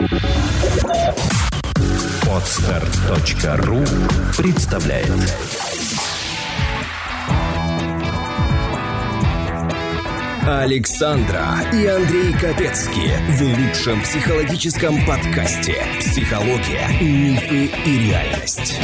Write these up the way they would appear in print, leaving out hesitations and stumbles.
Podster.ru представляет. Александра и Андрей Капецки в лучшем психологическом подкасте «Психология, мифы и реальность».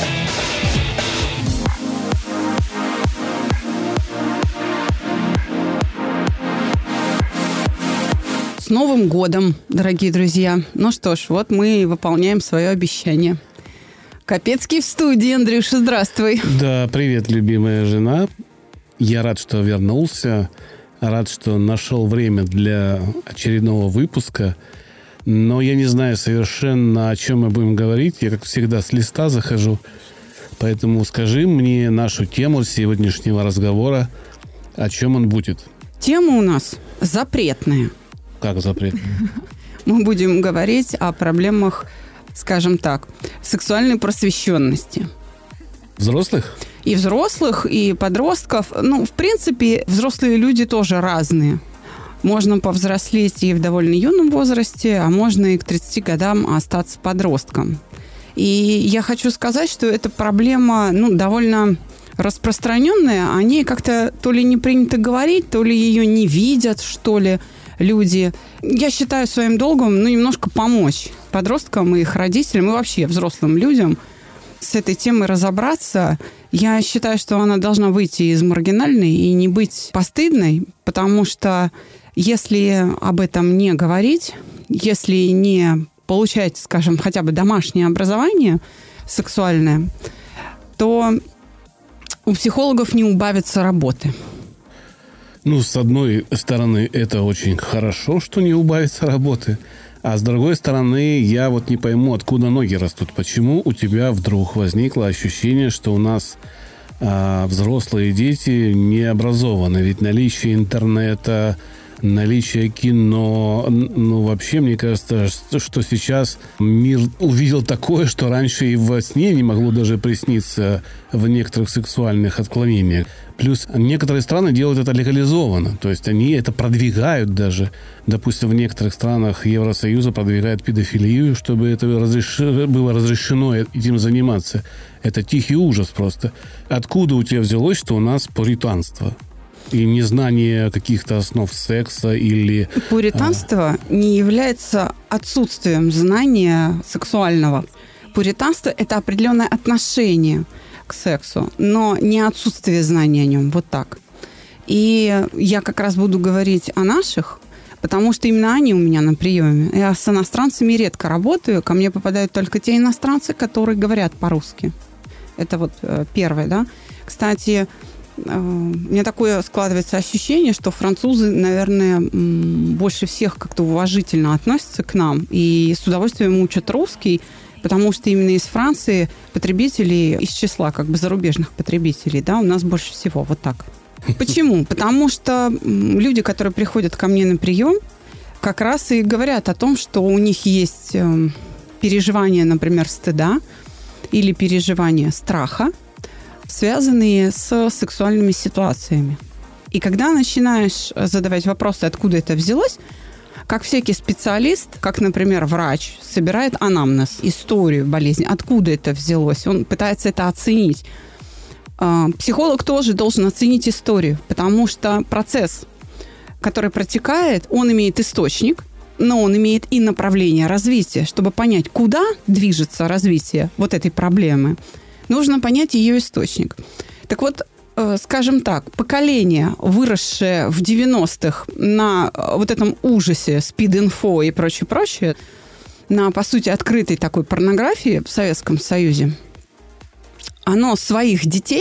С Новым годом, дорогие друзья! Ну что ж, вот мы выполняем свое обещание. Капецкий в студии. Андрюша, здравствуй. Да, привет, любимая жена. Я рад, что вернулся. Рад, что нашел время для очередного выпуска. Но я не знаю совершенно, о чем мы будем говорить. Я, как всегда, с листа захожу. Поэтому скажи мне нашу тему сегодняшнего разговора. О чем он будет? Тема у нас запретная. Как запретная? Мы будем говорить о проблемах, скажем так, сексуальной просвещенности. Взрослых? И взрослых, и подростков. Ну, в принципе, взрослые люди тоже разные. Можно повзрослеть и в довольно юном возрасте, а можно и к 30 годам остаться подростком. И я хочу сказать, что эта проблема, довольно распространенная. О ней как-то то ли не принято говорить, то ли ее не видят, что ли, люди. Я считаю своим долгом, немножко помочь подросткам и их родителям, и вообще взрослым людям с этой темой разобраться. Я считаю, что она должна выйти из маргинальной и не быть постыдной, потому что если об этом не говорить, если не получать, скажем, хотя бы домашнее образование сексуальное, то у психологов не убавится работы. С одной стороны, это очень хорошо, что не убавится работы. А с другой стороны, я не пойму, откуда ноги растут. Почему у тебя вдруг возникло ощущение, что у нас взрослые дети не образованы? Ведь наличие интернета, наличие кино, вообще, мне кажется, что сейчас мир увидел такое, что раньше и во сне не могло даже присниться в некоторых сексуальных отклонениях. Плюс некоторые страны делают это легализованно. То есть они это продвигают даже. Допустим, в некоторых странах Евросоюза продвигают педофилию, чтобы это было разрешено этим заниматься. Это тихий ужас просто. Откуда у тебя взялось, что у нас пуританство? И незнание каких-то основ секса или... Пуританство не является отсутствием знания сексуального. Пуританство – это определенное отношение к сексу, но не отсутствие знаний о нем. Вот так. И я как раз буду говорить о наших, потому что именно они у меня на приеме. Я с иностранцами редко работаю. Ко мне попадают только те иностранцы, которые говорят по-русски. Это первое, да. Кстати, у меня такое складывается ощущение, что французы, наверное, больше всех как-то уважительно относятся к нам и с удовольствием учат русский, потому что именно из Франции потребителей, из числа зарубежных потребителей, да, у нас больше всего. Вот так. Почему? Потому что люди, которые приходят ко мне на прием, как раз и говорят о том, что у них есть переживания, например, стыда или переживания страха, связанные с сексуальными ситуациями. И когда начинаешь задавать вопросы, откуда это взялось, как всякий специалист, как, например, врач, собирает анамнез, историю болезни, откуда это взялось, он пытается это оценить. Психолог тоже должен оценить историю, потому что процесс, который протекает, он имеет источник, но он имеет и направление развития. Чтобы понять, куда движется развитие этой проблемы, нужно понять ее источник. Так вот, скажем так, поколение, выросшее в 90-х на этом ужасе, спид-инфо и прочее, на, по сути, открытой такой порнографии в Советском Союзе, оно своих детей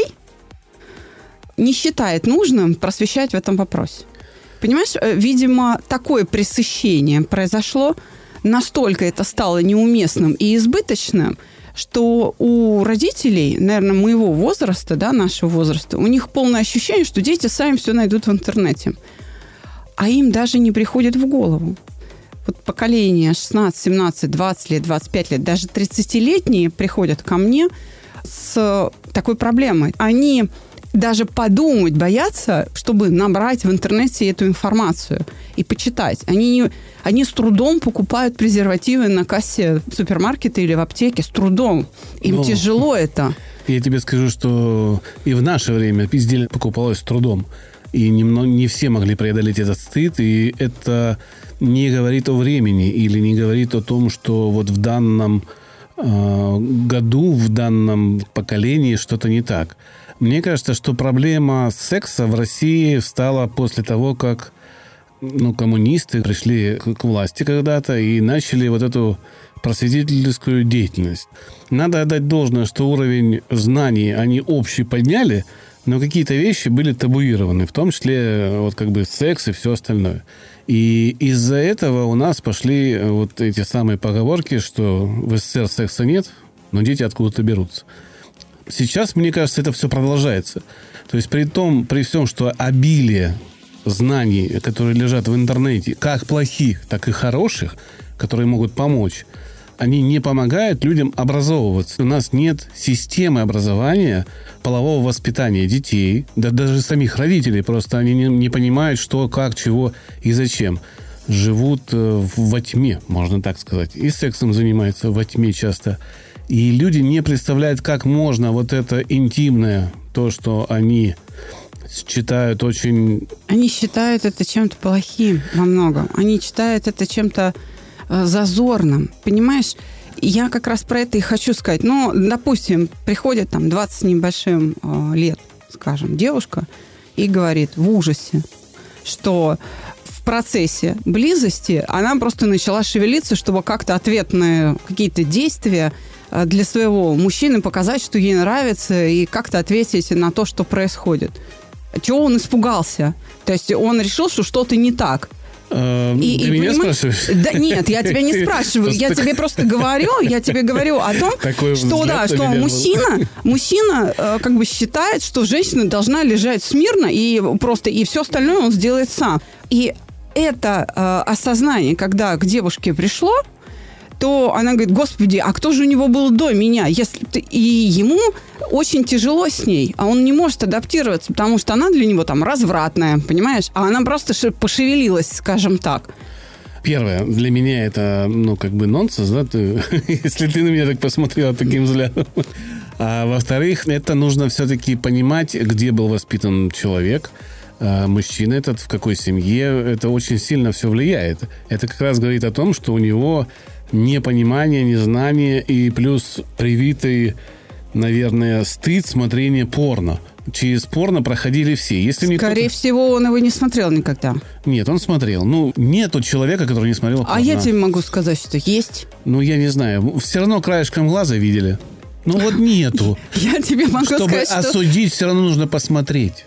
не считает нужным просвещать в этом вопросе. Понимаешь, видимо, такое пресыщение произошло, настолько это стало неуместным и избыточным, что у родителей, наверное, моего возраста, да, нашего возраста, у них полное ощущение, что дети сами все найдут в интернете. А им даже не приходит в голову. Поколение 16, 17, 20 лет, 25 лет, даже 30-летние приходят ко мне с такой проблемой. Они даже подумать боятся, чтобы набрать в интернете эту информацию и почитать. Они с трудом покупают презервативы на кассе в супермаркете или в аптеке. С трудом. Им тяжело это. Я тебе скажу, что и в наше время изделие покупалось с трудом. И не все могли преодолеть этот стыд. И это не говорит о времени или не говорит о том, что вот в данном году, в данном поколении что-то не так. Мне кажется, что проблема секса в России стала после того, как коммунисты пришли к власти когда-то и начали вот эту просветительскую деятельность. Надо отдать должное, что уровень знаний они общий подняли, но какие-то вещи были табуированы, в том числе вот как бы секс и все остальное. И из-за этого у нас пошли вот эти самые поговорки, что в СССР секса нет, но дети откуда-то берутся. Сейчас, мне кажется, это все продолжается. То есть при всем, что обилие знаний, которые лежат в интернете, как плохих, так и хороших, которые могут помочь, они не помогают людям образовываться. У нас нет системы образования, полового воспитания детей, да даже самих родителей. Просто они не понимают, что, как, чего и зачем. Живут во тьме, можно так сказать. И сексом занимаются во тьме часто. И люди не представляют, как можно вот это интимное, то, что они считают очень... Они считают это чем-то плохим во многом. Они считают это чем-то зазорным. Понимаешь? Я как раз про это и хочу сказать. Допустим, приходит 20 с небольшим лет, скажем, девушка и говорит в ужасе, что в процессе близости она просто начала шевелиться, чтобы как-то ответные какие-то действия для своего мужчины показать, что ей нравится, и как-то ответить на то, что происходит. Чего он испугался? То есть он решил, что что-то не так. Ты меня спрашиваешь? Да нет, я тебя не спрашиваю. Я тебе просто говорю, о том, что мужчина как бы считает, что женщина должна лежать смирно, и все остальное он сделает сам. И это осознание, когда к девушке пришло, то она говорит: господи, а кто же у него был до меня? И ему очень тяжело с ней, а он не может адаптироваться, потому что она для него развратная, понимаешь? А она просто пошевелилась, скажем так. Первое, для меня это, нонсенс, да, если ты на меня так посмотрела таким взглядом. А во-вторых, это нужно все-таки понимать, где был воспитан человек, мужчина этот, в какой семье. Это очень сильно все влияет. Это как раз говорит о том, что у него непонимание, незнание и плюс привитый, наверное, стыд смотрения порно. Через порно проходили все. Если Скорее всего, он его не смотрел никогда. Нет, он смотрел. Нету человека, который не смотрел порно. А я тебе могу сказать, что есть. Я не знаю. Все равно краешком глаза видели. Нету. Я тебе могу сказать, чтобы осудить, все равно нужно посмотреть.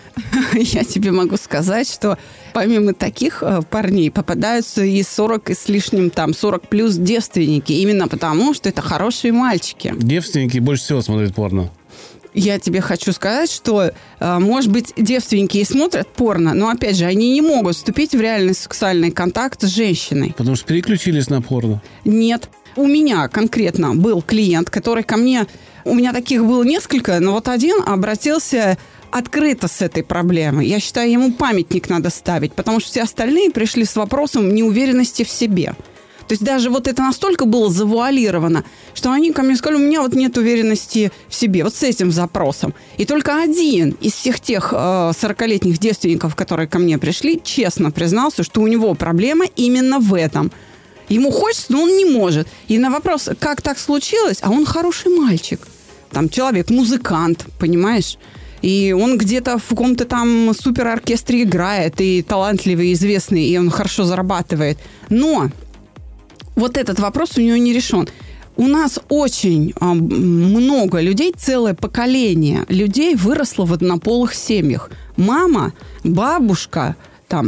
Я тебе могу сказать, что помимо таких парней попадаются и 40 и с лишним 40 плюс девственники. Именно потому, что это хорошие мальчики. Девственники больше всего смотрят порно. Я тебе хочу сказать, что, может быть, девственники и смотрят порно, но, опять же, они не могут вступить в реальный сексуальный контакт с женщиной. Потому что переключились на порно. Нет. У меня конкретно был клиент, который ко мне... У меня таких было несколько, но один обратился открыто с этой проблемой. Я считаю, ему памятник надо ставить, потому что все остальные пришли с вопросом неуверенности в себе. То есть даже это настолько было завуалировано, что они ко мне сказали: у меня нет уверенности в себе, с этим запросом. И только один из всех тех 40-летних девственников, которые ко мне пришли, честно признался, что у него проблема именно в этом. Ему хочется, но он не может. И на вопрос, как так случилось, а он хороший мальчик. Человек, музыкант, понимаешь? И он где-то в каком-то супероркестре играет, и талантливый, и известный, и он хорошо зарабатывает. Но этот вопрос у него не решен. У нас очень много людей, целое поколение людей выросло в однополых семьях. Мама, бабушка,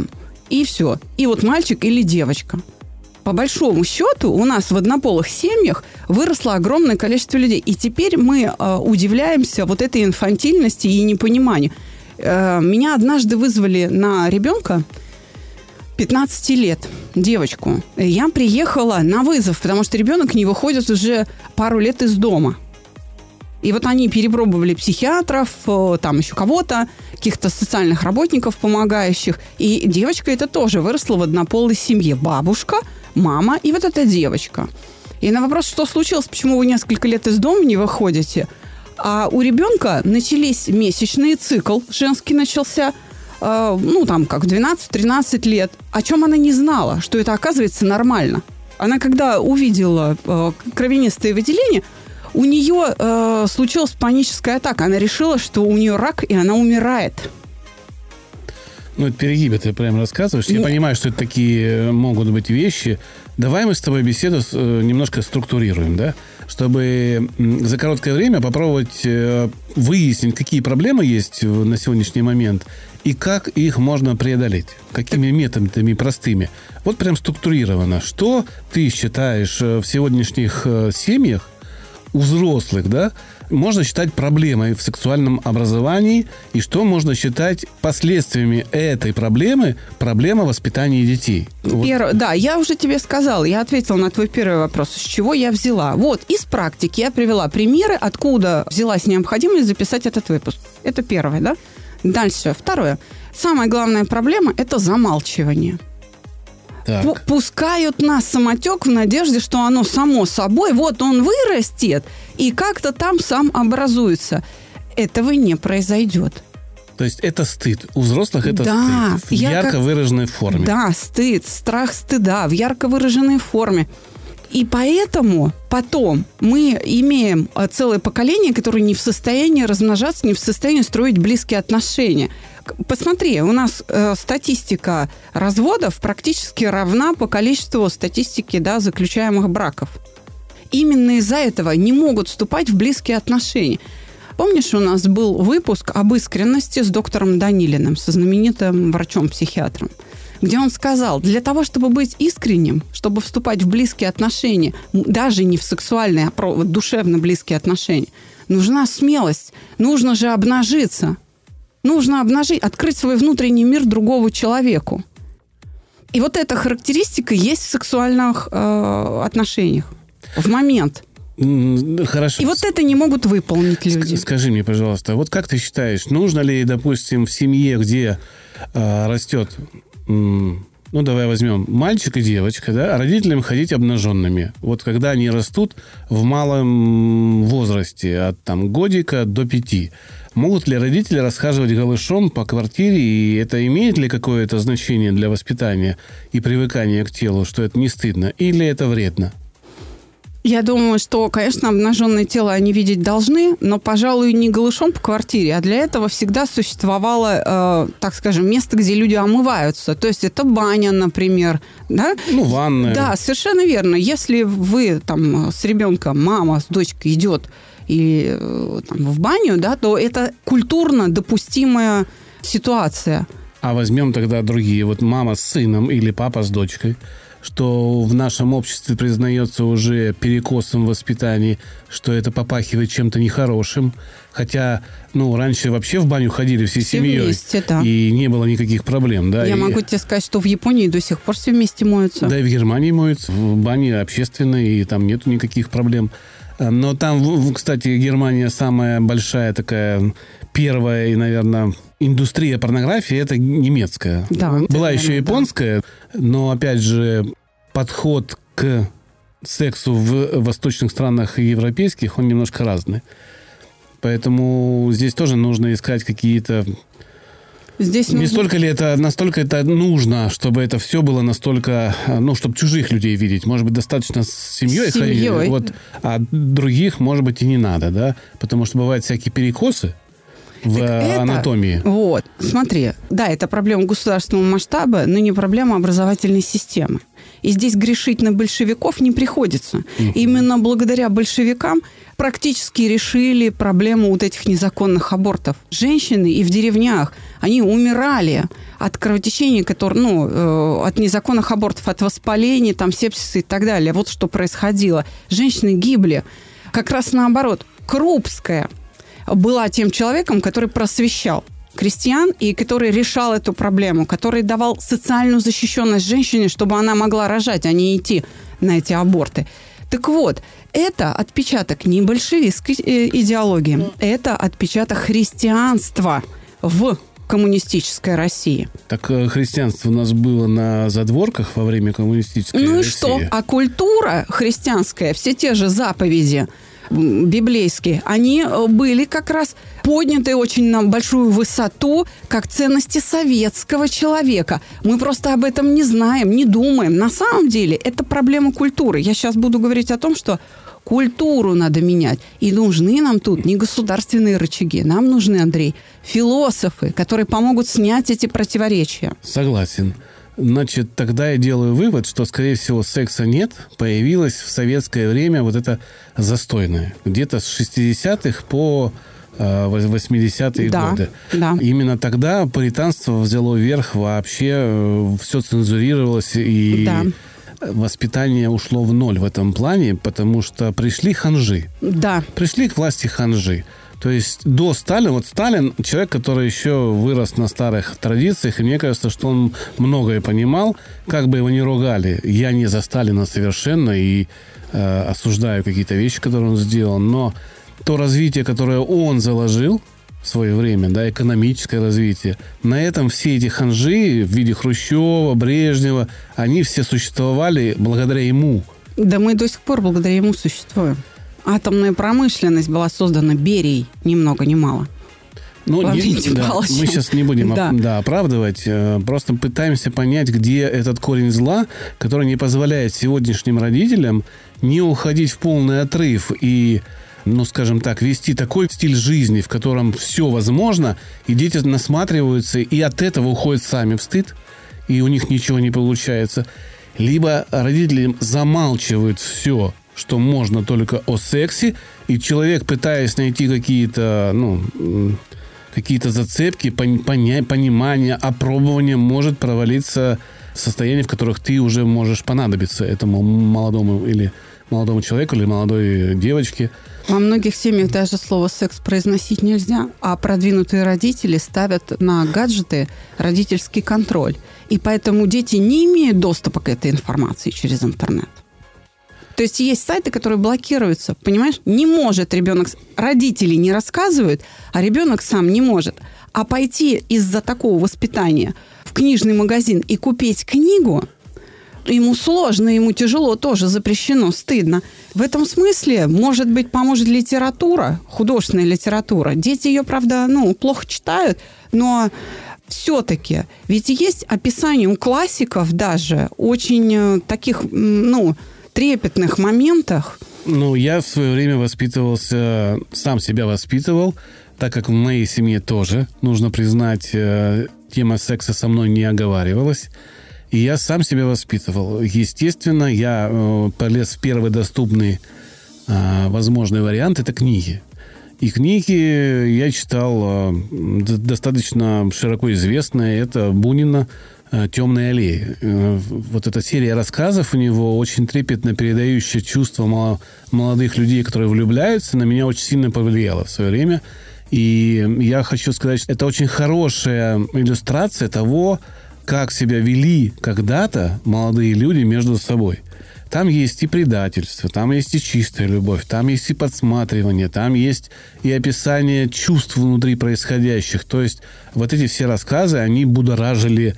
и все. И мальчик или девочка. По большому счету у нас в однополых семьях выросло огромное количество людей. И теперь мы удивляемся этой инфантильности и непониманию. Меня однажды вызвали на ребенка 15 лет, девочку. Я приехала на вызов, потому что ребенок не выходит уже пару лет из дома. И вот они перепробовали психиатров, там еще кого-то, каких-то социальных работников помогающих. И девочка эта тоже выросла в однополой семье. Бабушка, мама и вот эта девочка. И на вопрос, что случилось, почему вы несколько лет из дома не выходите, а у ребенка начались месячные, цикл женский начался, там как 12-13 лет. О чем она не знала, что это оказывается нормально. Она когда увидела кровянистые выделения, у нее случилась паническая атака. Она решила, что у нее рак, и она умирает. Ну, это перегибы ты прям рассказываешь. Я понимаю, что это такие могут быть вещи. Давай мы с тобой беседу немножко структурируем, да? Чтобы за короткое время попробовать выяснить, какие проблемы есть на сегодняшний момент и как их можно преодолеть. Какими методами простыми. Вот прям структурировано. Что ты считаешь в сегодняшних семьях у взрослых, да, можно считать проблемой в сексуальном образовании, и что можно считать последствиями этой проблемы, проблема воспитания детей? Да, я уже тебе сказала, я ответила на твой первый вопрос, с чего я взяла. Вот, из практики я привела примеры, откуда взялась необходимость записать этот выпуск. Это первое, да? Дальше, второе. Самая главная проблема – это замалчивание. Пускают на самотек в надежде, что оно само собой, вот он вырастет и как-то там сам образуется. Этого не произойдет. То есть это стыд. У взрослых это стыд. В ярко выраженной форме. Да, стыд, страх стыда в ярко выраженной форме. И поэтому потом мы имеем целое поколение, которое не в состоянии размножаться, не в состоянии строить близкие отношения. Посмотри, у нас статистика разводов практически равна по количеству статистики, да, заключаемых браков. Именно из-за этого не могут вступать в близкие отношения. Помнишь, у нас был выпуск об искренности с доктором Данилиным, со знаменитым врачом-психиатром, где он сказал, для того, чтобы быть искренним, чтобы вступать в близкие отношения, даже не в сексуальные, а душевно близкие отношения, нужна смелость, нужно же обнажиться. Нужно открыть свой внутренний мир другому человеку. И вот эта характеристика есть в сексуальных отношениях. В момент. Хорошо. И вот это не могут выполнить люди. Скажи мне, пожалуйста, вот как ты считаешь, нужно ли, допустим, в семье, где растет, давай возьмем мальчик и девочка, да, родителям ходить обнаженными. Вот когда они растут в малом возрасте, от годика до 5, могут ли родители расхаживать голышом по квартире, и это имеет ли какое-то значение для воспитания и привыкания к телу, что это не стыдно, или это вредно? Я думаю, что, конечно, обнаженное тело они видеть должны, но, пожалуй, не голышом по квартире, а для этого всегда существовало, так скажем, место, где люди омываются. То есть это баня, например. Да? Ванная. Да, совершенно верно. Если вы с ребенком, мама с дочкой идет и в баню, да, то это культурно допустимая ситуация. А возьмем тогда другие. Вот мама с сыном или папа с дочкой, что в нашем обществе признается уже перекосом в воспитании, что это попахивает чем-то нехорошим. Хотя, раньше вообще в баню ходили всей семьей. Вместе, да. И не было никаких проблем. Да? Я могу тебе сказать, что в Японии до сих пор все вместе моются. Да, и в Германии моются. В бане общественной, и там нету никаких проблем. Но там, кстати, Германия самая большая такая, первая и, наверное, индустрия порнографии, это немецкая. Да, была еще японская, но, опять же, подход к сексу в восточных странах и европейских, он немножко разный. Поэтому здесь тоже нужно искать какие-то... Настолько это нужно, чтобы это все было настолько... чтобы чужих людей видеть. Может быть, достаточно с семьей ходить, а других, может быть, и не надо, да? Потому что бывают всякие перекосы в анатомии. Вот, смотри. Да, это проблема государственного масштаба, но не проблема образовательной системы. И здесь грешить на большевиков не приходится. Именно благодаря большевикам практически решили проблему вот этих незаконных абортов. Женщины и в деревнях, они умирали от кровотечения, от незаконных абортов, от воспаления, сепсиса и так далее. Вот что происходило. Женщины гибли. Как раз наоборот. Крупская была тем человеком, который просвещал крестьян и который решал эту проблему, который давал социальную защищенность женщине, чтобы она могла рожать, а не идти на эти аборты. Так вот, это отпечаток не большевистской идеологии, это отпечаток христианства в коммунистической России. Так христианство у нас было на задворках во время коммунистической России. Ну и что? А культура христианская, все те же заповеди библейские, они были как раз подняты очень на большую высоту, как ценности советского человека. Мы просто об этом не знаем, не думаем. На самом деле это проблема культуры. Я сейчас буду говорить о том, что культуру надо менять. И нужны нам тут не государственные рычаги. Нам нужны, Андрей, философы, которые помогут снять эти противоречия. Согласен. Значит, тогда я делаю вывод, что, скорее всего, секса нет. Появилось в советское время вот это застойное. Где-то с 60-х по 80-е годы. Да. Именно тогда пуританство взяло верх вообще. Все цензурировалось и... Да. Воспитание ушло в ноль в этом плане, потому что пришли ханжи. Да. Пришли к власти ханжи. То есть до Сталина, вот Сталин, человек, который еще вырос на старых традициях, и мне кажется, что он многое понимал, как бы его ни ругали. Я не за Сталина совершенно и осуждаю какие-то вещи, которые он сделал, но то развитие, которое он заложил в свое время, да, экономическое развитие, на этом все эти ханжи в виде Хрущева, Брежнева, они все существовали благодаря ему. Да мы до сих пор благодаря ему существуем. Атомная промышленность была создана Берией, ни много ни мало. Ну, мы сейчас не будем оправдывать, просто пытаемся понять, где этот корень зла, который не позволяет сегодняшним родителям не уходить в полный отрыв и, ну, скажем так, вести такой стиль жизни, в котором все возможно, и дети насматриваются, и от этого уходят сами в стыд, и у них ничего не получается. Либо родители замалчивают все, что можно только о сексе, и человек, пытаясь найти какие-то зацепки, понимание, опробование, может провалиться в состояние, в которых ты уже можешь понадобиться этому молодому человеку или молодой девочке. Во многих семьях даже слово «секс» произносить нельзя, а продвинутые родители ставят на гаджеты родительский контроль. И поэтому дети не имеют доступа к этой информации через интернет. То есть есть сайты, которые блокируются, понимаешь? Не может ребенок... Родители не рассказывают, а ребенок сам не может. А пойти из-за такого воспитания в книжный магазин и купить книгу... Ему сложно, ему тяжело, тоже запрещено, стыдно. В этом смысле, может быть, поможет литература, художественная литература. Дети ее, правда, плохо читают, но все-таки ведь есть описание у классиков даже очень таких, трепетных моментах. Я в свое время воспитывался, сам себя воспитывал, так как в моей семье тоже, нужно признать, тема секса со мной не оговаривалась. И я сам себя воспитывал. Естественно, я полез в первый доступный возможный вариант – это книги. И книги я читал достаточно широко известные. Это Бунина «Темные аллеи». Вот эта серия рассказов у него, очень трепетно передающая чувства молодых людей, которые влюбляются, на меня очень сильно повлияла в свое время. И я хочу сказать, что это очень хорошая иллюстрация того, как себя вели когда-то молодые люди между собой. Там есть и предательство, там есть и чистая любовь, там есть и подсматривание, там есть и описание чувств внутри происходящих. То есть вот эти все рассказы, они будоражили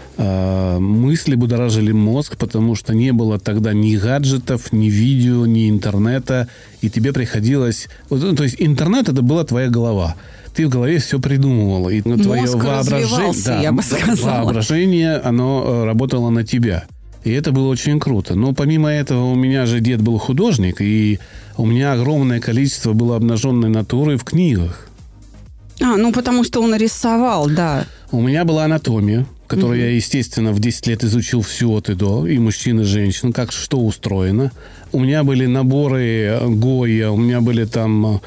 мысли, будоражили мозг, потому что не было тогда ни гаджетов, ни видео, ни интернета, и тебе приходилось... То есть интернет – это была твоя голова. Ты в голове все придумывала. И твое воображение, я бы сказала. Воображение, оно работало на тебя. И это было очень круто. Но помимо этого у меня же дед был художник, и у меня огромное количество было обнаженной натуры в книгах. Потому что он рисовал, да. У меня была анатомия, которую я, естественно, в 10 лет изучил всю от и до, и мужчин, и женщин, как что устроено. У меня были наборы Гойя, у меня были там...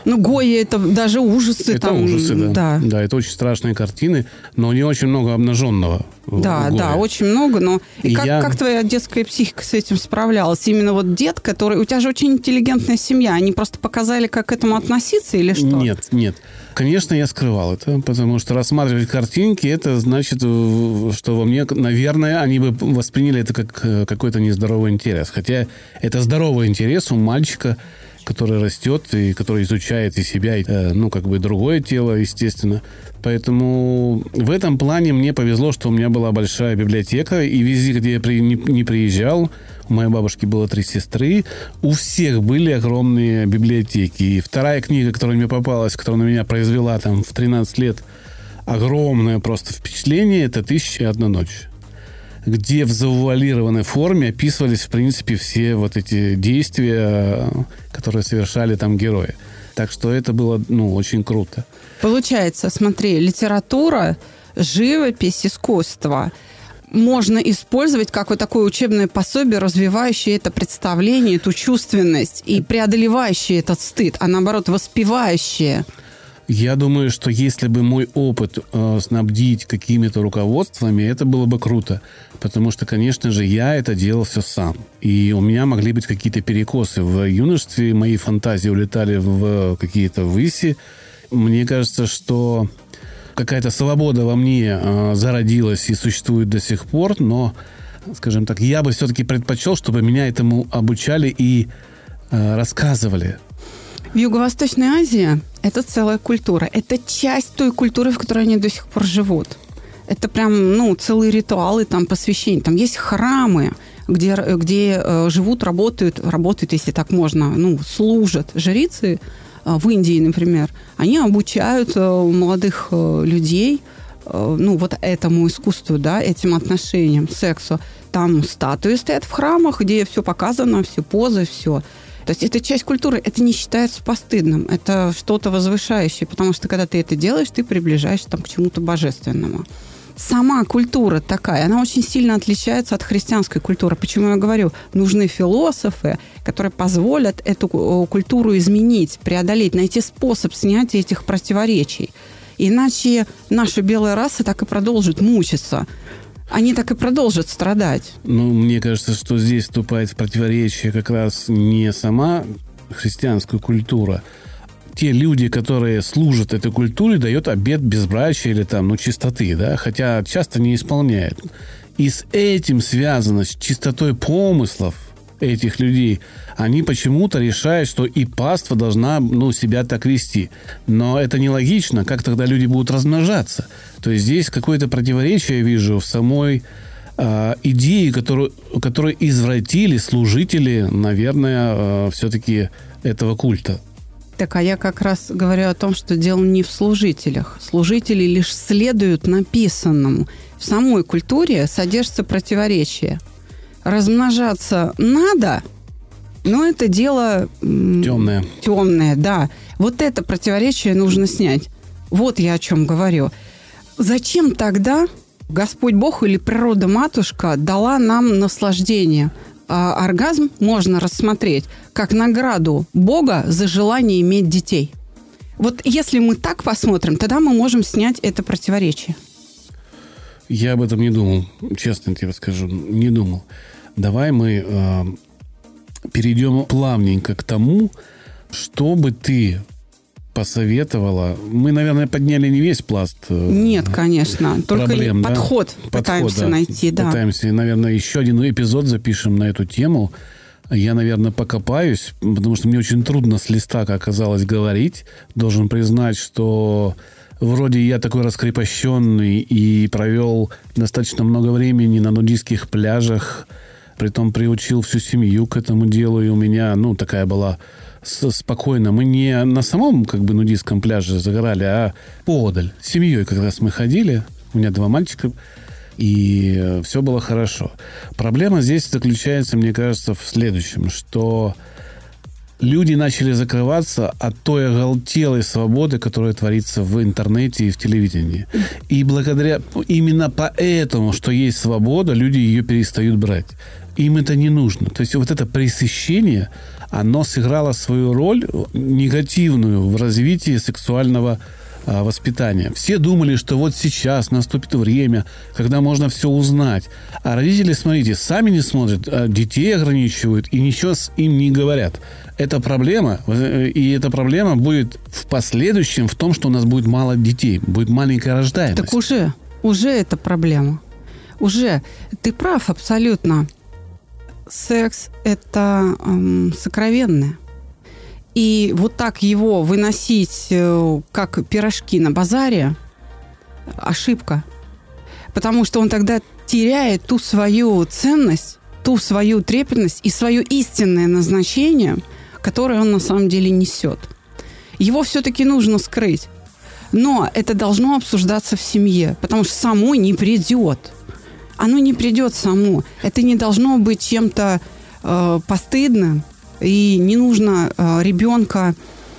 Ну, Гойя — это даже ужасы. Это там, ужасы, да. Да. Да, это очень страшные картины, но не очень много обнаженного. Да, да, очень много. Но и как твоя детская психика с этим справлялась? Именно вот дед, который... У тебя же очень интеллигентная семья. Они просто показали, как к этому относиться или что? Нет. Конечно, я скрывал это, потому что рассматривать картинки, это значит, что во мне, наверное, они бы восприняли это как какой-то нездоровый интерес. Хотя это здоровый интерес у мальчика, который растет и который изучает и себя, и, другое тело, естественно. Поэтому в этом плане мне повезло, что у меня была большая библиотека, и везде, где я не приезжал, у моей бабушки было 3 сестры, у всех были огромные библиотеки. И вторая книга, которая мне попалась, которая на меня произвела там в 13 лет огромное просто впечатление, это «1001 ночь», где в завуалированной форме описывались, в принципе, все вот эти действия, которые совершали там герои. Так что это было, очень круто. Получается, смотри, литература, живопись, искусство можно использовать как вот такое учебное пособие, развивающее это представление, эту чувственность и преодолевающее этот стыд, а наоборот, воспевающее. Я думаю, что если бы мой опыт снабдить какими-то руководствами, это было бы круто. Потому что, конечно же, я это делал все сам. И у меня могли быть какие-то перекосы в юношестве, мои фантазии улетали в какие-то выси. Мне кажется, что какая-то свобода во мне зародилась и существует до сих пор, но, скажем так, я бы все-таки предпочел, чтобы меня этому обучали и рассказывали. В Юго-Восточной Азии это целая культура. Это часть той культуры, в которой они до сих пор живут. Это прям, целые ритуалы, там, посвящения. Там есть храмы, где живут, работают, если так можно, служат жрицы. В Индии, например, они обучают молодых людей, вот этому искусству, да, этим отношениям, сексу. Там статуи стоят в храмах, где все показано, все позы, все. То есть это часть культуры, это не считается постыдным, это что-то возвышающее, потому что когда ты это делаешь, ты приближаешься там к чему-то божественному. Сама культура такая, она очень сильно отличается от христианской культуры. Почему я говорю, нужны философы, которые позволят эту культуру изменить, преодолеть, найти способ снятия этих противоречий. Иначе наша белая раса так и продолжит мучиться. Они так и продолжат страдать. Мне кажется, что здесь вступает в противоречие как раз не сама христианская культура. Те люди, которые служат этой культуре, дают обет безбрачия или чистоты, да, хотя часто не исполняют. И с этим связано, с чистотой помыслов этих людей. Они почему-то решают, что и паства должна, себя так вести. Но это нелогично. Как тогда люди будут размножаться? То есть здесь какое-то противоречие я вижу в самой идее, которую извратили служители, наверное, все-таки этого культа. Так, а я как раз говорю о том, что дело не в служителях. Служители лишь следуют написанному. В самой культуре содержится противоречие. Размножаться надо, но это дело темное, да. Вот это противоречие нужно снять. Вот я о чем говорю. Зачем тогда Господь Бог или природа-матушка дала нам наслаждение? Оргазм можно рассмотреть как награду Бога за желание иметь детей. Вот если мы так посмотрим, тогда мы можем снять это противоречие. Я об этом не думал, честно тебе скажу, не думал. Давай мы перейдем плавненько к тому, что бы ты посоветовала. Мы, наверное, подняли не весь пласт Нет, конечно. Только проблем, подход пытаемся найти. Да. Пытаемся, наверное, еще один эпизод запишем на эту тему. Я, наверное, покопаюсь, потому что мне очень трудно с листа, как оказалось, говорить. Должен признать, что вроде я такой раскрепощенный и провел достаточно много времени на нудистских пляжах, притом приучил всю семью к этому делу, и у меня, такая была спокойно. Мы не на самом, нудистском пляже загорали, а поодаль. С семьей как раз мы ходили. У меня 2 мальчика. И все было хорошо. Проблема здесь заключается, мне кажется, в следующем, что люди начали закрываться от той оголтелой свободы, которая творится в интернете и в телевидении. И благодаря именно поэтому, что есть свобода, люди ее перестают брать. Им это не нужно. То есть вот это пресыщение, оно сыграло свою роль негативную в развитии сексуального воспитания. Все думали, что вот сейчас наступит время, когда можно все узнать. А родители, смотрите, сами не смотрят, детей ограничивают и ничего им не говорят. Это проблема, и эта проблема будет в последующем в том, что у нас будет мало детей, будет маленькая рождаемость. Так уже это проблема. Уже. Ты прав абсолютно. Секс – это сокровенное. И вот так его выносить, как пирожки на базаре, ошибка. Потому что он тогда теряет ту свою ценность, ту свою трепетность и свое истинное назначение, которое он на самом деле несет. Его все-таки нужно скрыть. Но это должно обсуждаться в семье, потому что само не придет. Оно не придет само. Это не должно быть чем-то постыдным. И не нужно ребенка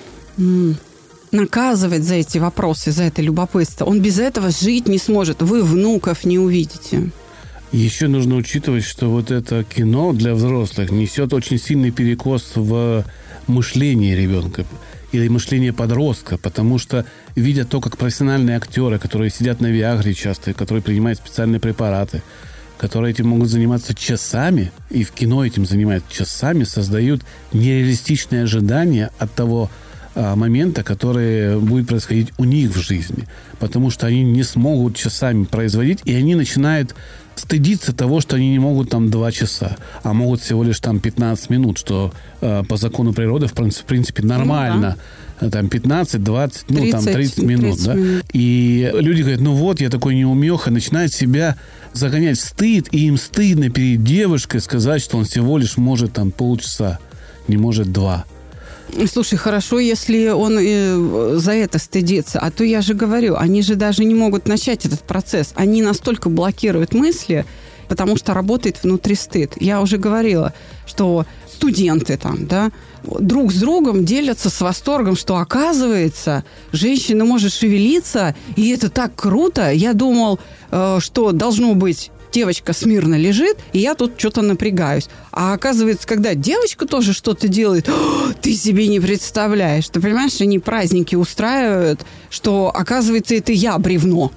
наказывать за эти вопросы, за это любопытство. Он без этого жить не сможет. Вы внуков не увидите. Еще нужно учитывать, что вот это кино для взрослых несет очень сильный перекос в мышлении ребенка или мышление подростка, потому что, видя то, как профессиональные актеры, которые сидят на Виагре часто, которые принимают специальные препараты, которые этим могут заниматься часами, и в кино этим занимаются часами, создают нереалистичные ожидания от того момента, который будет происходить у них в жизни. Потому что они не смогут часами производить, и они начинают стыдиться того, что они не могут там 2 часа, а могут всего лишь там 15 минут, что по закону природы в принципе нормально. Ну, да. Там 15, 20, 30 минут. 30 да? минут. И люди говорят, ну вот, я такой неумеха, начинают себя загонять в стыд, и им стыдно перед девушкой сказать, что он всего лишь может там полчаса, не может 2. Слушай, хорошо, если он за это стыдится. А то я же говорю, они же даже не могут начать этот процесс. Они настолько блокируют мысли, потому что работает внутри стыд. Я уже говорила, что студенты там, да, друг с другом делятся с восторгом, что, оказывается, женщина может шевелиться, и это так круто. Я думал, что должно быть... Девочка смирно лежит, и я тут что-то напрягаюсь. А оказывается, когда девочка тоже что-то делает, ты себе не представляешь. Ты понимаешь, они праздники устраивают, что, оказывается, это я бревно.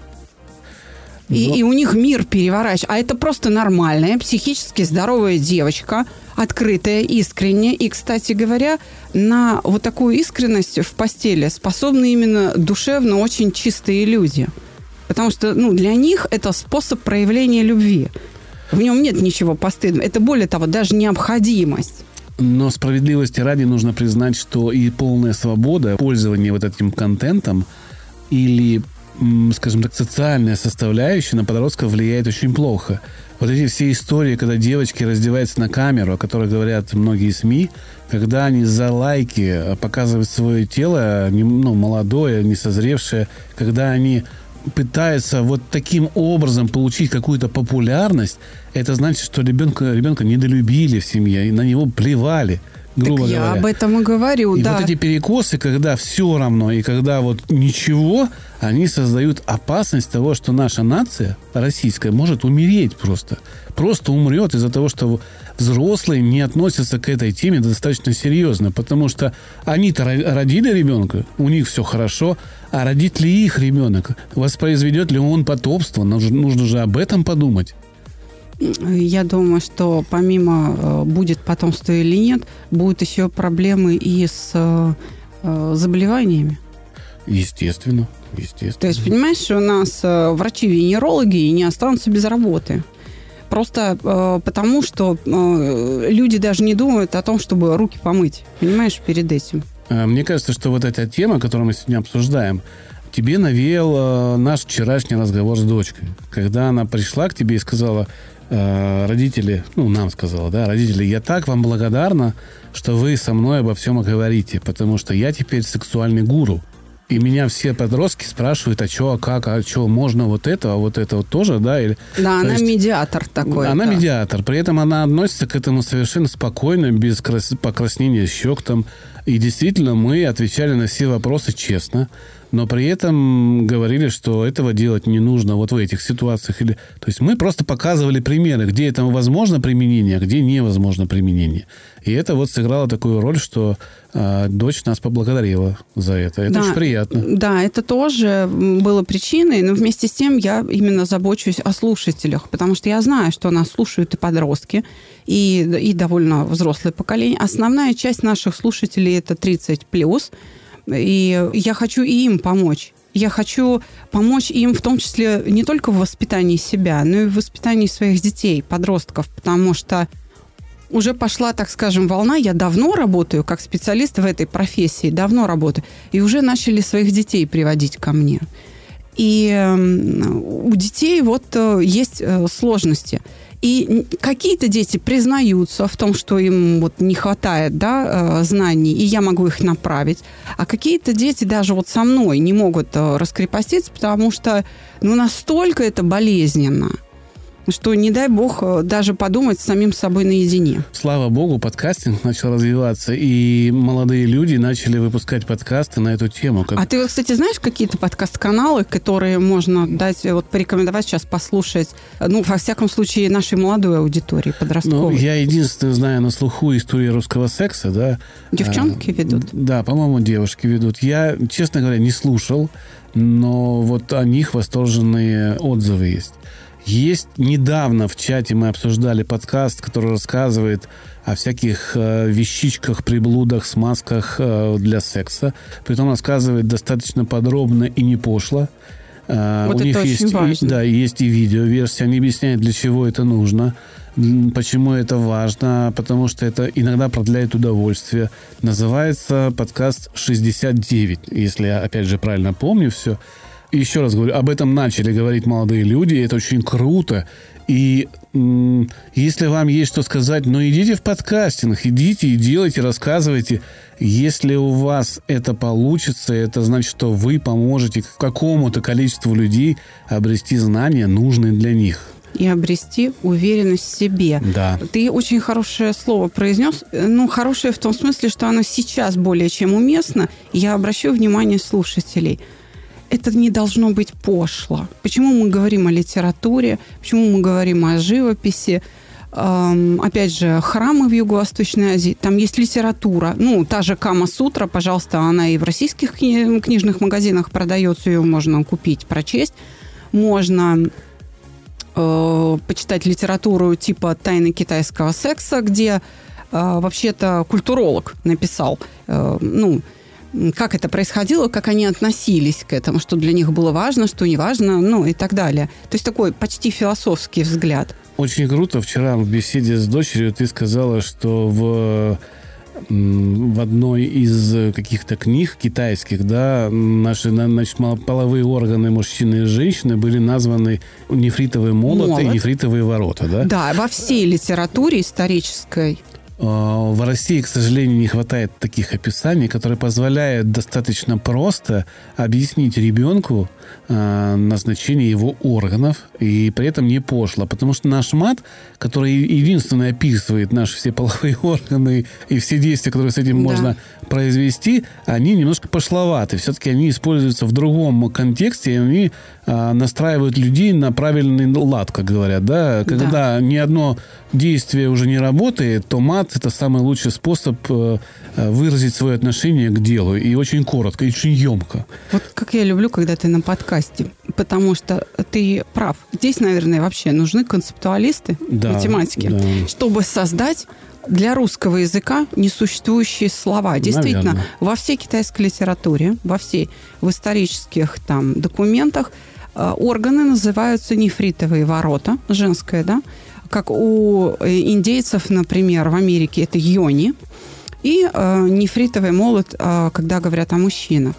И у них мир переворачивается. А это просто нормальная, психически здоровая девочка, открытая, искренняя. И, кстати говоря, на вот такую искренность в постели способны именно душевно очень чистые люди. Потому что для них это способ проявления любви. В нем нет ничего постыдного. Это, более того, даже необходимость. Но справедливости ради нужно признать, что и полная свобода пользования вот этим контентом или, скажем так, социальная составляющая на подростков влияет очень плохо. Вот эти все истории, когда девочки раздеваются на камеру, о которых говорят многие СМИ, когда они за лайки показывают свое тело, молодое, несозревшее, когда они пытается вот таким образом получить какую-то популярность, это значит, что ребенка недолюбили в семье, и на него плевали, грубо говоря. Я об этом и говорю, и да. Вот эти перекосы, когда все равно, и когда вот ничего, они создают опасность того, что наша нация российская может умереть просто. Просто умрет из-за того, что взрослые не относятся к этой теме достаточно серьезно, потому что они-то родили ребенка, у них все хорошо, а родит ли их ребенок? Воспроизведет ли он потомство? Нужно же об этом подумать. Я думаю, что помимо будет потомство или нет, будут еще проблемы и с заболеваниями. Естественно. То есть, понимаешь, у нас врачи-венерологи не останутся без работы. Просто потому, что люди даже не думают о том, чтобы руки помыть, понимаешь, перед этим. Мне кажется, что вот эта тема, которую мы сегодня обсуждаем, тебе навеял наш вчерашний разговор с дочкой. Когда она пришла к тебе и сказала, родители, нам сказала, да, родители, я так вам благодарна, что вы со мной обо всем говорите, потому что я теперь сексуальный гуру. И меня все подростки спрашивают, а что, а как, а что, можно вот это, а вот это вот тоже, да? Или, да, она медиатор такой. Она медиатор. При этом она относится к этому совершенно спокойно, без покраснения щек там. И действительно, мы отвечали на все вопросы честно, но при этом говорили, что этого делать не нужно вот в этих ситуациях. То есть мы просто показывали примеры, где это возможно применение, а где невозможно применение. И это вот сыграло такую роль, что дочь нас поблагодарила за это. Это очень приятно. Да, это тоже было причиной, но вместе с тем я именно забочусь о слушателях, потому что я знаю, что нас слушают и подростки, и довольно взрослое поколение. Основная часть наших слушателей – это 30+, и я хочу и им помочь. Я хочу помочь им в том числе не только в воспитании себя, но и в воспитании своих детей, подростков, потому что уже пошла, так скажем, волна. Я давно работаю как специалист в этой профессии, давно работаю, и уже начали своих детей приводить ко мне. И у детей вот есть сложности. И какие-то дети признаются в том, что им вот не хватает, да, знаний, и я могу их направить. А какие-то дети даже вот со мной не могут раскрепоститься, потому что настолько это болезненно, что, не дай бог, даже подумать с самим собой наедине. Слава богу, подкастинг начал развиваться, и молодые люди начали выпускать подкасты на эту тему. А ты, кстати, знаешь какие-то подкаст-каналы, которые можно дать, вот порекомендовать сейчас послушать, во всяком случае, нашей молодой аудитории, подростковой? Я единственное знаю на слуху историю русского секса, да. Девчонки ведут? Да, по-моему, девушки ведут. Я, честно говоря, не слушал, но вот о них восторженные отзывы есть. Есть недавно в чате мы обсуждали подкаст, который рассказывает о всяких вещичках, приблудах, смазках для секса. Притом рассказывает достаточно подробно и не пошло. Вот у них очень важно. Да, есть и видеоверсия. Они объясняют, для чего это нужно, почему это важно, потому что это иногда продляет удовольствие. Называется подкаст 69, если я, опять же, правильно помню все. Еще раз говорю, об этом начали говорить молодые люди, это очень круто. И если вам есть что сказать, идите в подкастинг, идите и делайте, рассказывайте. Если у вас это получится, это значит, что вы поможете какому-то количеству людей обрести знания, нужные для них. И обрести уверенность в себе. Да. Ты очень хорошее слово произнес. Хорошее в том смысле, что оно сейчас более чем уместно. Я обращу внимание слушателей. Это не должно быть пошло. Почему мы говорим о литературе? Почему мы говорим о живописи? Опять же, храмы в Юго-Восточной Азии. Там есть литература. Та же Кама-сутра, пожалуйста, она и в российских книжных магазинах продается. Ее можно купить, прочесть. Можно почитать литературу типа «Тайны китайского секса», где вообще-то культуролог написал, как это происходило, как они относились к этому, что для них было важно, что не важно, и так далее. То есть такой почти философский взгляд. Очень круто. Вчера в беседе с дочерью ты сказала, что в одной из каких-то книг китайских, да, наши половые органы мужчины и женщины были названы нефритовые молоты и нефритовые ворота, да? Да, во всей литературе исторической. В России, к сожалению, не хватает таких описаний, которые позволяют достаточно просто объяснить ребенку назначение его органов, и при этом не пошло. Потому что наш мат, который единственный описывает наши все половые органы и все действия, которые с этим можно произвести, они немножко пошловаты. Все-таки они используются в другом контексте, и они настраивают людей на правильный лад, как говорят. Да? Когда ни одно действие уже не работает, то мат – это самый лучший способ выразить свое отношение к делу. И очень коротко, и очень емко. Вот как я люблю, когда ты на подкасте. Потому что ты прав. Здесь, наверное, вообще нужны концептуалисты, математики, чтобы создать для русского языка несуществующие слова. Действительно, наверное, во всей китайской литературе, в исторических документах органы называются нефритовые ворота, женское, да, как у индейцев, например, в Америке это йони, и нефритовый молот, когда говорят о мужчинах.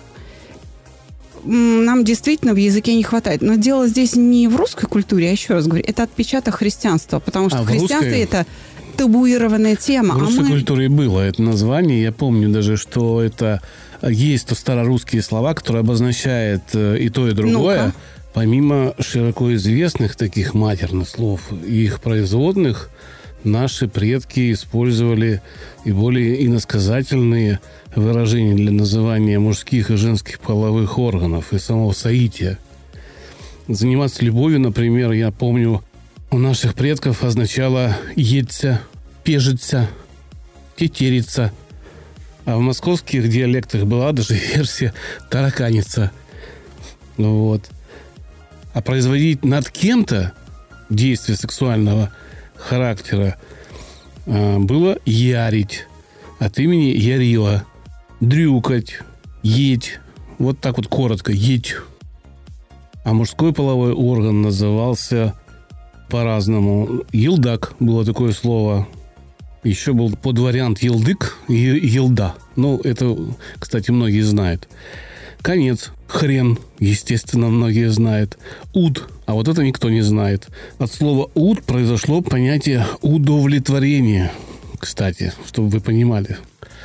Нам действительно в языке не хватает. Но дело здесь не в русской культуре, а еще раз говорю, это отпечаток христианства, потому что в христианстве это табуированная тема. В русской культуре было это название. Я помню даже, что это есть то старорусские слова, которые обозначают и то, и другое. Ну-ка. Помимо широко известных таких матерных слов и их производных, наши предки использовали и более иносказательные выражения для называния мужских и женских половых органов и самого соития. Заниматься любовью, например, я помню, у наших предков означало «еться», «пежиться», «тетериться». А в московских диалектах была даже версия «тараканица». Вот. А производить над кем-то действие сексуального характера было ярить. От имени ярила. Дрюкать, еть. Вот так вот коротко. Еть. А мужской половой орган назывался по-разному. Елдак было такое слово. Еще был подвариант елдык и елда. Ну, это, кстати, многие знают. Конец. Хрен, естественно, многие знают. Уд. А вот это никто не знает. От слова «уд» произошло понятие удовлетворения. Кстати, чтобы вы понимали.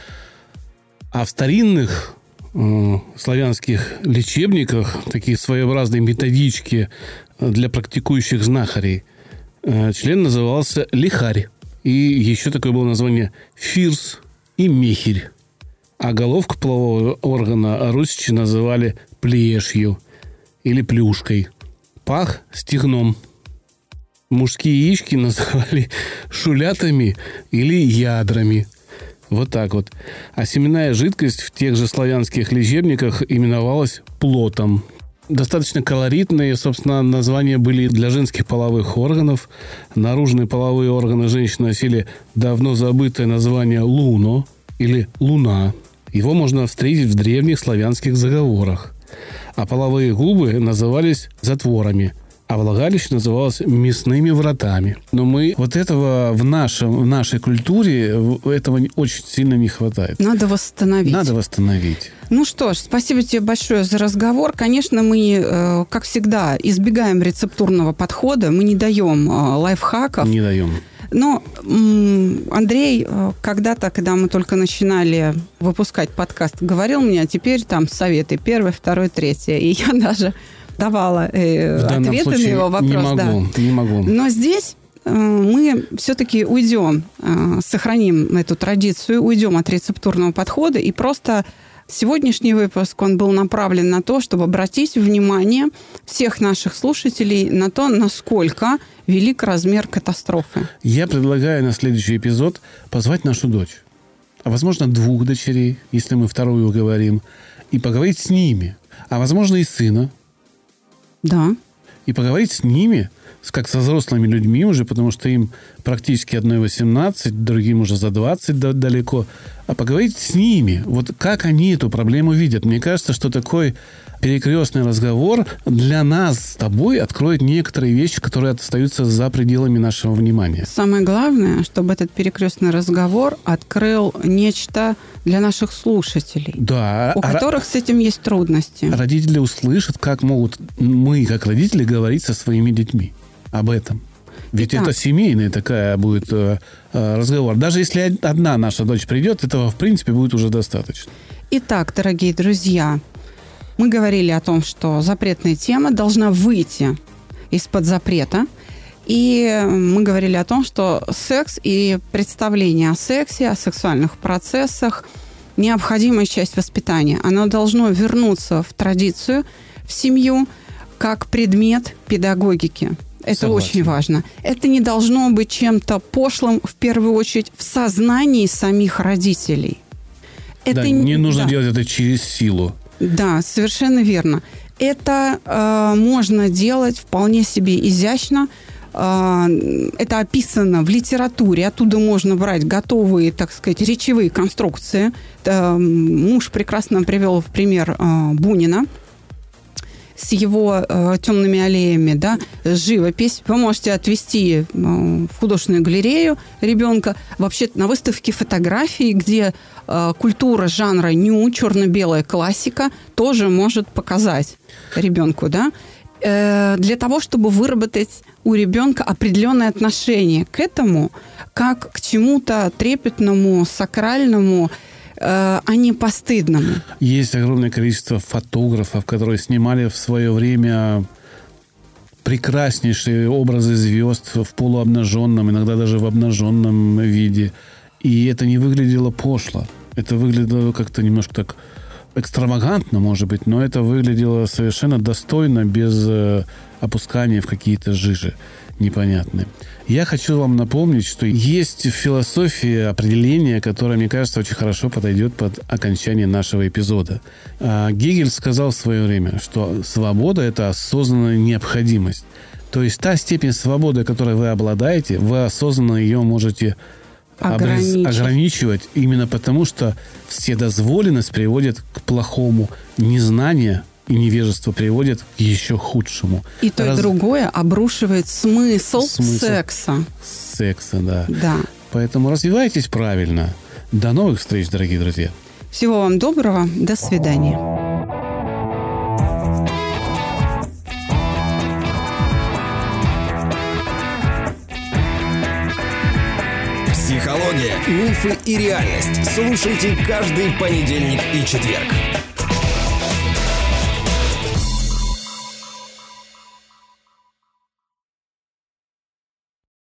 А в старинных славянских лечебниках, такие своеобразные методички для практикующих знахарей, член назывался лихарь. И еще такое было название фирс и мехирь. А головку полового органа русичи называли плешью или плюшкой. Пах – стегном. Мужские яички называли шулятами или ядрами. Вот так вот. А семенная жидкость в тех же славянских лечебниках именовалась плотом. Достаточно колоритные, собственно, названия были для женских половых органов. Наружные половые органы женщин носили давно забытое название луно или луна. Его можно встретить в древних славянских заговорах. А половые губы назывались затворами, а влагалище называлось мясными вратами. Но мы вот этого в нашей культуре этого очень сильно не хватает. Надо восстановить. Надо восстановить. Ну что ж, спасибо тебе большое за разговор. Конечно, мы, как всегда, избегаем рецептурного подхода. Мы не даем лайфхаков. Не даем. Но Андрей когда-то, когда мы только начинали выпускать подкаст, говорил мне, а теперь там советы 1, 2, 3. И я даже давала ответы на его вопрос. Не могу. Но здесь мы все-таки уйдем, сохраним эту традицию, уйдем от рецептурного подхода. И просто сегодняшний выпуск, он был направлен на то, чтобы обратить внимание всех наших слушателей на то, насколько велик размер катастрофы. Я предлагаю на следующий эпизод позвать нашу дочь. А возможно, 2 дочерей, если мы вторую говорим. И поговорить с ними. А возможно, и сына. Да. И поговорить с ними, как со взрослыми людьми уже, потому что им практически одной 18, другим уже за 20 далеко. А поговорить с ними, вот как они эту проблему видят. Мне кажется, что такой перекрестный разговор для нас с тобой откроет некоторые вещи, которые остаются за пределами нашего внимания. Самое главное, чтобы этот перекрестный разговор открыл нечто для наших слушателей, да, у которых с этим есть трудности. Родители услышат, как могут мы, как родители, говорить со своими детьми об этом. Ведь это семейный такая будет разговор. Даже если одна наша дочь придет, этого, в принципе, будет уже достаточно. Итак, дорогие друзья, мы говорили о том, что запретная тема должна выйти из-под запрета. И мы говорили о том, что секс и представление о сексе, о сексуальных процессах – необходимая часть воспитания. Оно должно вернуться в традицию, в семью, как предмет педагогики. Это Согласен. Очень важно. Это не должно быть чем-то пошлым, в первую очередь, в сознании самих родителей. Это не нужно делать это через силу. Да, совершенно верно. Это можно делать вполне себе изящно. Это описано в литературе. Оттуда можно брать готовые, так сказать, речевые конструкции. Муж прекрасно привел в пример Бунина с его темными аллеями, да, живопись. Вы можете отвезти в художественную галерею ребенка. Вообще на выставке фотографий, где культура жанра ню, черно-белая классика, тоже может показать ребенку, да. для того, чтобы выработать у ребенка определенное отношение к этому, как к чему-то трепетному, сакральному, а не постыдному. Есть огромное количество фотографов, которые снимали в свое время прекраснейшие образы звезд в полуобнаженном, иногда даже в обнаженном виде. И это не выглядело пошло. Это выглядело как-то немножко так экстравагантно, может быть, но это выглядело совершенно достойно, без опускания в какие-то жижи непонятные. Я хочу вам напомнить, что есть в философии определение, которое, мне кажется, очень хорошо подойдет под окончание нашего эпизода. Гегель сказал в свое время, что свобода – это осознанная необходимость. То есть та степень свободы, которой вы обладаете, вы осознанно ее можете ограничивать именно потому, что вседозволенность приводит к плохому, незнание и невежество приводит к еще худшему. И то, и другое обрушивает смысл секса. Секса, да. Да. Поэтому развивайтесь правильно. До новых встреч, дорогие друзья. Всего вам доброго. До свидания. Психология, мифы и реальность. Слушайте каждый понедельник и четверг.